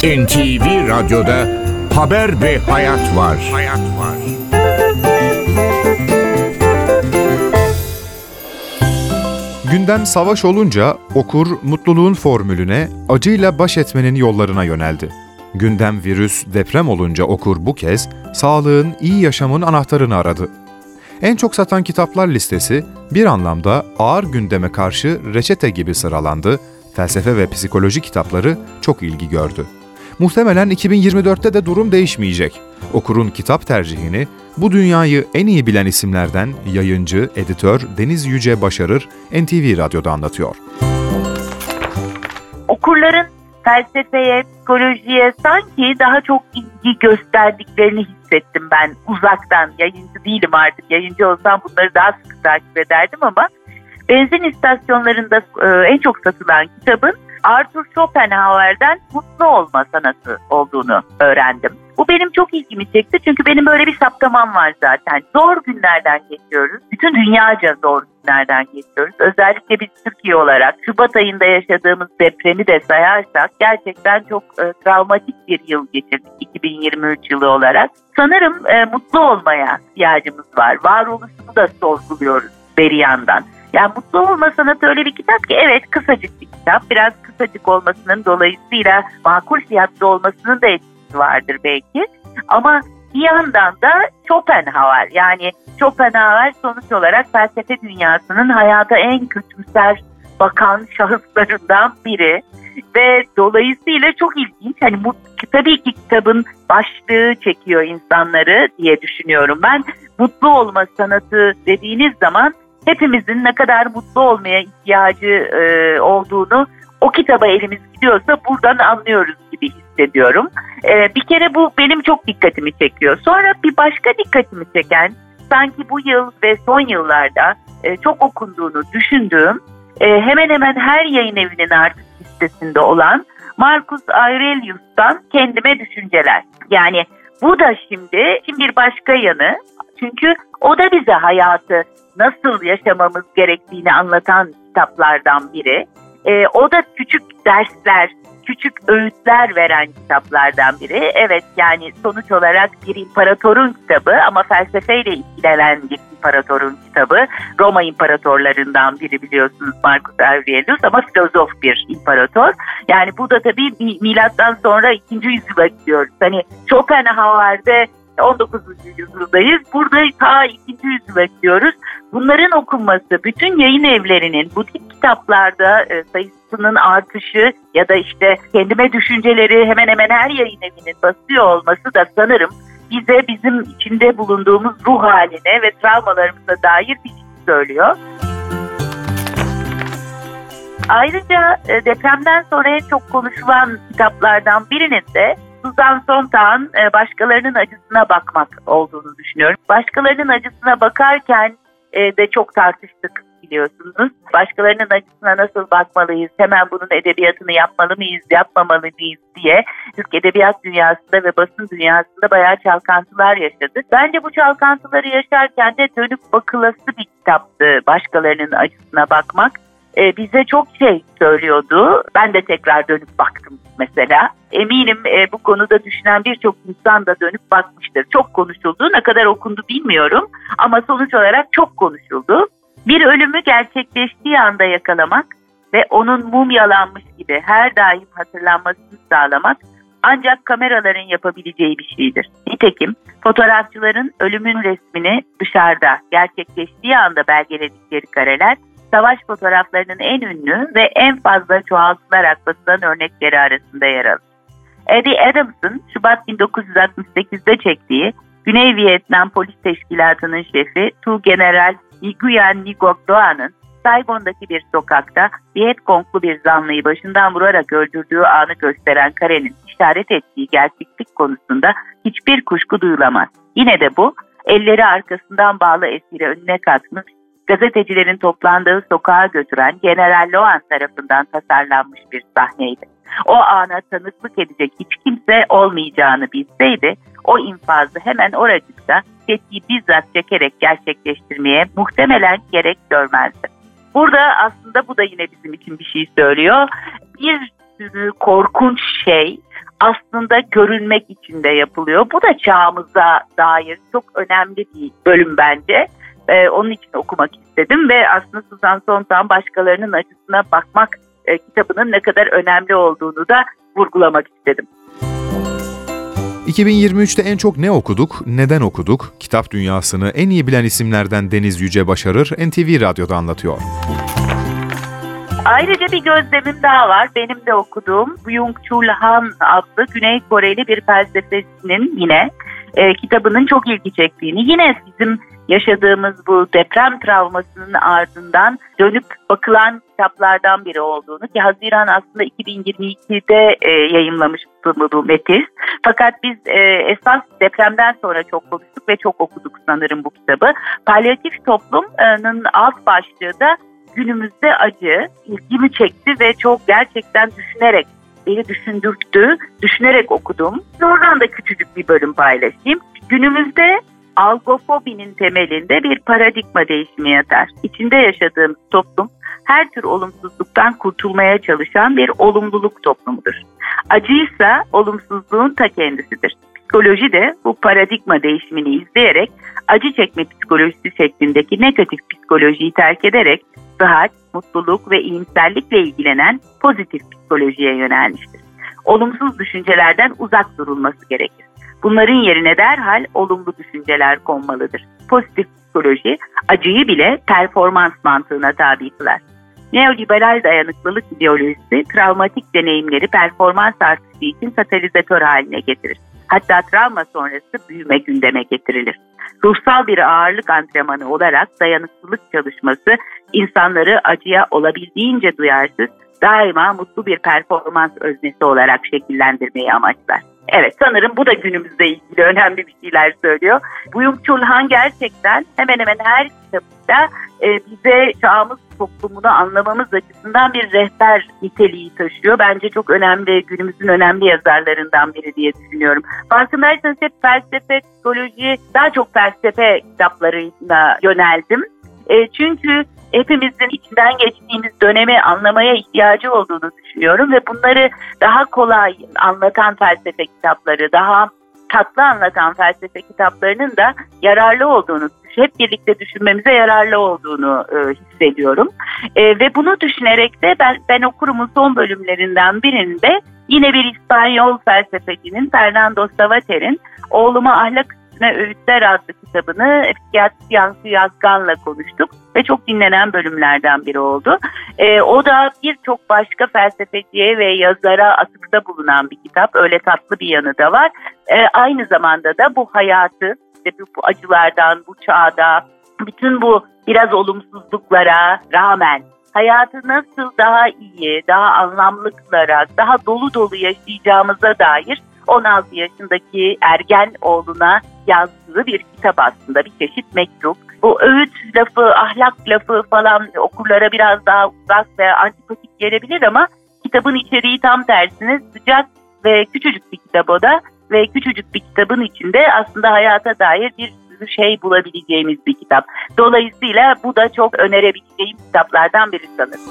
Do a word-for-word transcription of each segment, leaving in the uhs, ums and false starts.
N T V Radyo'da Haber ve Hayat var. Hayat var. Gündem savaş olunca okur mutluluğun formülüne, acıyla baş etmenin yollarına yöneldi. Gündem virüs, deprem olunca okur bu kez sağlığın, iyi yaşamın anahtarını aradı. En çok satan kitaplar listesi bir anlamda ağır gündeme karşı reçete gibi sıralandı, felsefe ve psikoloji kitapları çok ilgi gördü. Muhtemelen iki bin yirmi dörtte de durum değişmeyecek. Okurun kitap tercihini bu dünyayı en iyi bilen isimlerden yayıncı, editör Deniz Yüce Başarır N T V Radyo'da anlatıyor. Okurların felsefeye, psikolojiye sanki daha çok ilgi gösterdiklerini hissettim ben uzaktan. Yayıncı değilim artık. Yayıncı olsam bunları daha sık takip ederdim ama benzin istasyonlarında en çok satılan kitabın Arthur Schopenhauer'den mutlu olma sanatı olduğunu öğrendim. Bu benim çok ilgimi çekti çünkü benim böyle bir saptamam var zaten. Zor günlerden geçiyoruz. Bütün dünyaca zor günlerden geçiyoruz. Özellikle biz Türkiye olarak Şubat ayında yaşadığımız depremi de sayarsak gerçekten çok e, travmatik bir yıl geçirdik iki bin yirmi üç yılı olarak. Sanırım e, mutlu olmaya ihtiyacımız var. Varoluşunu da sorguluyoruz bir yandan. Yani mutlu olma sanatı öyle bir kitap ki evet kısacık bir kitap. Biraz kısacık olmasının dolayısıyla makul fiyatlı olmasının da etkisi vardır belki. Ama bir yandan da Schopenhauer, yani Schopenhauer sonuç olarak felsefe dünyasının hayata en kötümser bakan şahıslarından biri. Ve dolayısıyla çok ilginç. Hani bu, tabii ki kitabın başlığı çekiyor insanları diye düşünüyorum. Ben mutlu olma sanatı dediğiniz zaman hepimizin ne kadar mutlu olmaya ihtiyacı e, olduğunu o kitaba elimiz gidiyorsa buradan anlıyoruz gibi hissediyorum. E, bir kere bu benim çok dikkatimi çekiyor. Sonra bir başka dikkatimi çeken, sanki bu yıl ve son yıllarda e, çok okunduğunu düşündüğüm, e, hemen hemen her yayın evinin artık listesinde olan Marcus Aurelius'tan Kendime Düşünceler. Yani bu da şimdi, şimdi bir başka yanı. Çünkü o da bize hayatı nasıl yaşamamız gerektiğini anlatan kitaplardan biri. Ee, o da küçük dersler, küçük öğütler veren kitaplardan biri. Evet, yani sonuç olarak bir imparatorun kitabı ama felsefeyle ilgilenen bir imparatorun kitabı. Roma imparatorlarından biri biliyorsunuz Marcus Aurelius ama filozof bir imparator. Yani bu da tabii milattan sonra ikinci yüzyıla gidiyoruz. Hani Schopenhauer'de on dokuzuncu yüzyıldayız. Burada ta ikinci yüzyıla gidiyoruz. Bunların okunması, bütün yayın evlerinin bu tip kitaplarda e, sayısının artışı ya da işte Kendime Düşünceleri hemen hemen her yayın evinin basıyor olması da sanırım bize bizim içinde bulunduğumuz ruh haline ve travmalarımıza dair bir şey söylüyor. Ayrıca e, depremden sonra en çok konuşulan kitaplardan birinin de Susan Sontag'ın Başkalarının Acısına Bakmak olduğunu düşünüyorum. Başkalarının acısına bakarken de çok tartıştık biliyorsunuz. Başkalarının acısına nasıl bakmalıyız, hemen bunun edebiyatını yapmalı mıyız, yapmamalı mıyız diye Türk edebiyat dünyasında ve basın dünyasında bayağı çalkantılar yaşadık. Bence bu çalkantıları yaşarken de dönüp bakılası bir kitaptı Başkalarının Acısına Bakmak. Ee, bize çok şey söylüyordu. Ben de tekrar dönüp baktım mesela. Eminim e, bu konuda düşünen birçok insan da dönüp bakmıştır. Çok konuşuldu. Ne kadar okundu bilmiyorum. Ama sonuç olarak çok konuşuldu. Bir ölümü gerçekleştiği anda yakalamak ve onun mumyalanmış gibi her daim hatırlanmasını sağlamak ancak kameraların yapabileceği bir şeydir. Nitekim fotoğrafçıların ölümün resmini dışarıda gerçekleştiği anda belgeledikleri kareler savaş fotoğraflarının en ünlü ve en fazla çoğaltılarak basılan örnekleri arasında yer alır. Eddie Adams'ın Şubat bin dokuz yüz altmış sekizde çektiği Güney Vietnam Polis Teşkilatı'nın şefi Tu General Nguyen Ngoc Doan'ın Saigon'daki bir sokakta Vietconglu bir zanlıyı başından vurarak öldürdüğü anı gösteren karenin işaret ettiği gerçeklik konusunda hiçbir kuşku duyulamaz. Yine de bu, elleri arkasından bağlı esiri önüne katmış, gazetecilerin toplandığı sokağa götüren General Loan tarafından tasarlanmış bir sahneydi. O ana tanıklık edecek hiç kimse olmayacağını bilseydi, o infazı hemen oracıkta tetiği bizzat çekerek gerçekleştirmeye muhtemelen gerek görmezdi. Burada aslında bu da yine bizim için bir şey söylüyor. Bir sürü korkunç şey aslında görünmek için de yapılıyor. Bu da çağımıza dair çok önemli bir bölüm bence. Ee, onun için okumak istedim ve aslında Suzan Sontag'ın Başkalarının Acısına Bakmak e, kitabının ne kadar önemli olduğunu da vurgulamak istedim. iki bin yirmi üçte en çok ne okuduk, neden okuduk? Kitap dünyasını en iyi bilen isimlerden Deniz Yüce Başarır N T V Radyo'da anlatıyor. Ayrıca bir gözlemim daha var. Benim de okuduğum Byung-Chul Han adlı Güney Koreli bir felsefecinin yine e, kitabının çok ilgi çektiğini, yine bizim yaşadığımız bu deprem travmasının ardından dönüp bakılan kitaplardan biri olduğunu, ki Haziran aslında iki bin yirmi ikide e, yayımlamış bu, bu metin. Fakat biz e, esas depremden sonra çok konuştuk ve çok okuduk sanırım bu kitabı. Palyatif toplumun alt başlığı da günümüzde acı, ilgimi çekti ve çok gerçekten düşünerek, beni düşündürttü, düşünerek okudum. Oradan da küçücük bir bölüm paylaşayım. Günümüzde algofobinin temelinde bir paradigma değişimi yatar. İçinde yaşadığımız toplum her tür olumsuzluktan kurtulmaya çalışan bir olumluluk toplumudur. Acıysa olumsuzluğun ta kendisidir. Psikoloji de bu paradigma değişimini izleyerek acı çekme psikolojisi şeklindeki negatif psikolojiyi terk ederek sıhhat, mutluluk ve iyimserlikle ilgilenen pozitif psikolojiye yönelmiştir. Olumsuz düşüncelerden uzak durulması gerekir. Bunların yerine derhal olumlu düşünceler konmalıdır. Pozitif psikoloji acıyı bile performans mantığına tabi kılar. Neoliberal dayanıklılık ideolojisi travmatik deneyimleri performans artışı için katalizatör haline getirir. Hatta travma sonrası büyüme gündeme getirilir. Ruhsal bir ağırlık antrenmanı olarak dayanıklılık çalışması insanları acıya olabildiğince duyarsız, daima mutlu bir performans öznesi olarak şekillendirmeyi amaçlar. Evet, sanırım bu da günümüzle ilgili önemli bir şeyler söylüyor. Byung-Chul Han gerçekten hemen hemen her kitabında e, bize çağımız toplumunu anlamamız açısından bir rehber niteliği taşıyor. Bence çok önemli, günümüzün önemli yazarlarından biri diye düşünüyorum. Farkındaysanız hep felsefe, psikoloji, daha çok felsefe kitaplarına yöneldim. E, çünkü hepimizin içinden geçtiğimiz dönemi anlamaya ihtiyacı olduğunu düşünüyorum ve bunları daha kolay anlatan felsefe kitapları, daha tatlı anlatan felsefe kitaplarının da yararlı olduğunu, hep birlikte düşünmemize yararlı olduğunu e, hissediyorum. E, ve bunu düşünerek de ben, ben okurumun son bölümlerinden birinde yine bir İspanyol felsefecinin, Fernando Savater'in Oğluma Ahlak Üstüne Öğütler adlı kitabını psikiyatrist Yankı Yazgan'la konuştuk ve çok dinlenen bölümlerden biri oldu. E, o da birçok başka felsefeciye ve yazara atıfta bulunan bir kitap. Öyle tatlı bir yanı da var. E, aynı zamanda da bu hayatı, işte bu, bu acılardan, bu çağda, bütün bu biraz olumsuzluklara rağmen hayatı nasıl daha iyi, daha anlamlı kılarak, daha dolu dolu yaşayacağımıza dair on altı yaşındaki ergen oğluna yazdığı bir kitap aslında, bir çeşit mektup. Bu öğüt lafı, ahlak lafı falan okurlara biraz daha uzak ve antipatik gelebilir ama kitabın içeriği tam tersine sıcak ve küçücük bir kitap o da ve küçücük bir kitabın içinde aslında hayata dair bir sürü şey bulabileceğimiz bir kitap. Dolayısıyla bu da çok önerebileceğim kitaplardan biri sanırım.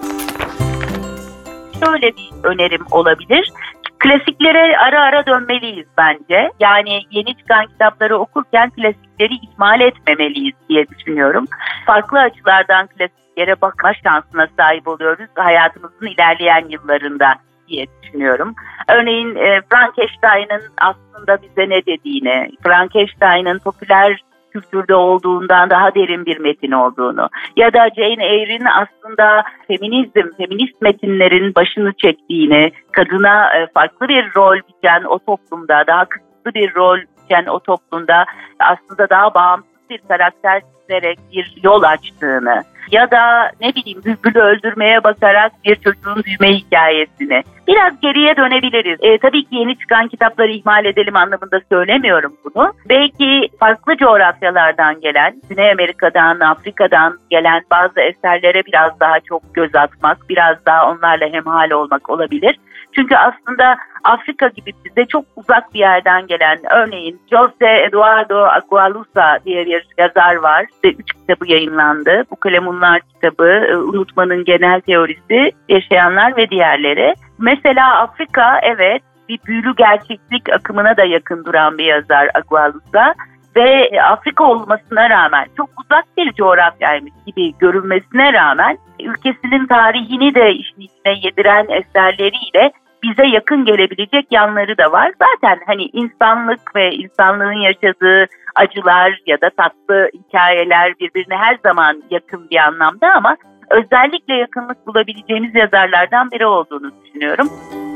Şöyle bir önerim olabilir. Klasiklere ara ara dönmeliyiz bence. Yani yeni çıkan kitapları okurken klasikleri ihmal etmemeliyiz diye düşünüyorum. Farklı açılardan klasiklere bakma şansına sahip oluyoruz hayatımızın ilerleyen yıllarında diye düşünüyorum. Örneğin e, Frankenstein'ın aslında bize ne dediğini, Frankenstein'ın popüler kültürde olduğundan daha derin bir metin olduğunu ya da Jane Eyre'in aslında feminizm, feminist metinlerin başını çektiğini, kadına farklı bir rol biçen o toplumda, daha kısıtlı bir rol biçen o toplumda aslında daha bağımsız bir karakter çizerek bir yol açtığını ya da ne bileyim bülbülü öldürmeye bakarak bir çocuğun büyüme hikayesini. Biraz geriye dönebiliriz. E, tabii ki yeni çıkan kitapları ihmal edelim anlamında söylemiyorum bunu. Belki farklı coğrafyalardan gelen, Güney Amerika'dan, Afrika'dan gelen bazı eserlere biraz daha çok göz atmak, biraz daha onlarla hemhal olmak olabilir. Çünkü aslında Afrika gibi bize çok uzak bir yerden gelen, örneğin Jose Eduardo Agualusa diye bir yazar var. İşte üç kitabı yayınlandı. Bu Kalemunlar kitabı, Unutmanın Genel Teorisi, Yaşayanlar ve Diğerleri. Mesela Afrika, evet, bir büyülü gerçeklik akımına da yakın duran bir yazar Agualusa. Ve Afrika olmasına rağmen, çok uzak bir coğrafyaymış gibi görünmesine rağmen ülkesinin tarihini de işin içine yediren eserleriyle bize yakın gelebilecek yanları da var. Zaten hani insanlık ve insanlığın yaşadığı acılar ya da tatlı hikayeler birbirine her zaman yakın bir anlamda, ama özellikle yakınlık bulabileceğimiz yazarlardan biri olduğunu düşünüyorum.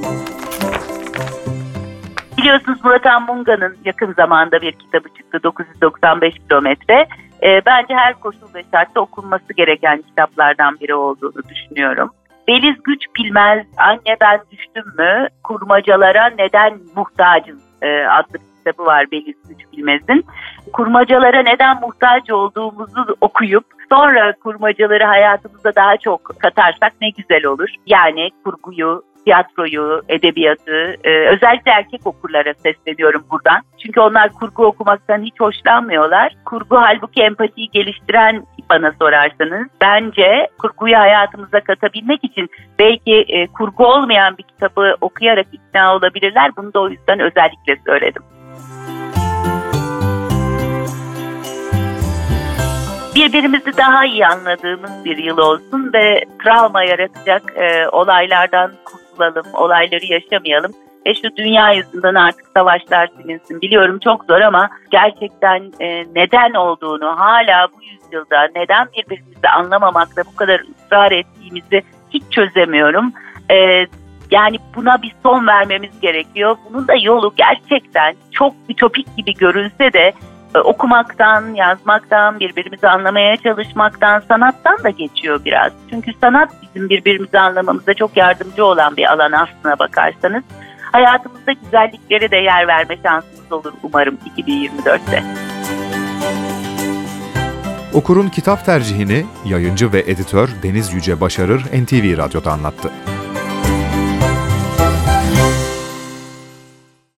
Biliyorsunuz Murat Anmunga'nın yakın zamanda bir kitabı çıktı, dokuz yüz doksan beş kilometre. E, bence her koşul ve şartta okunması gereken kitaplardan biri olduğunu düşünüyorum. Beliz Güç Bilmez, Anne Ben Düştüm Mü? Kurmacalara Neden Muhtacız e, adlı bir kitabı var Beliz Güç Bilmez'in. Kurmacalara neden muhtaç olduğumuzu okuyup sonra kurmacaları hayatımıza daha çok katarsak ne güzel olur. Yani kurguyu, tiyatroyu, edebiyatı, e, özellikle erkek okurlara sesleniyorum buradan. Çünkü onlar kurgu okumaktan hiç hoşlanmıyorlar. Kurgu halbuki empatiyi geliştiren, bana sorarsanız. Bence kurguyu hayatımıza katabilmek için belki e, kurgu olmayan bir kitabı okuyarak ikna olabilirler. Bunu da o yüzden özellikle söyledim. Birbirimizi daha iyi anladığımız bir yıl olsun ve travma yaratacak e, olaylardan kurtulalım, olayları yaşamayalım. Ve şu dünya yüzünden artık savaşlar silinsin. Biliyorum çok zor, ama gerçekten e, neden olduğunu, hala bu yüzyılda neden birbirimizi anlamamakla bu kadar ısrar ettiğimizi hiç çözemiyorum. E, yani buna bir son vermemiz gerekiyor. Bunun da yolu gerçekten çok ütopik gibi görünse de okumaktan, yazmaktan, birbirimizi anlamaya çalışmaktan, sanattan da geçiyor biraz. Çünkü sanat bizim birbirimizi anlamamıza çok yardımcı olan bir alan aslına bakarsanız. Hayatımızda güzelliklere de yer verme şansımız olur umarım iki bin yirmi dörtte. Okurun kitap tercihini yayıncı ve editör Deniz Yüce Başarır N T V Radyo'da anlattı.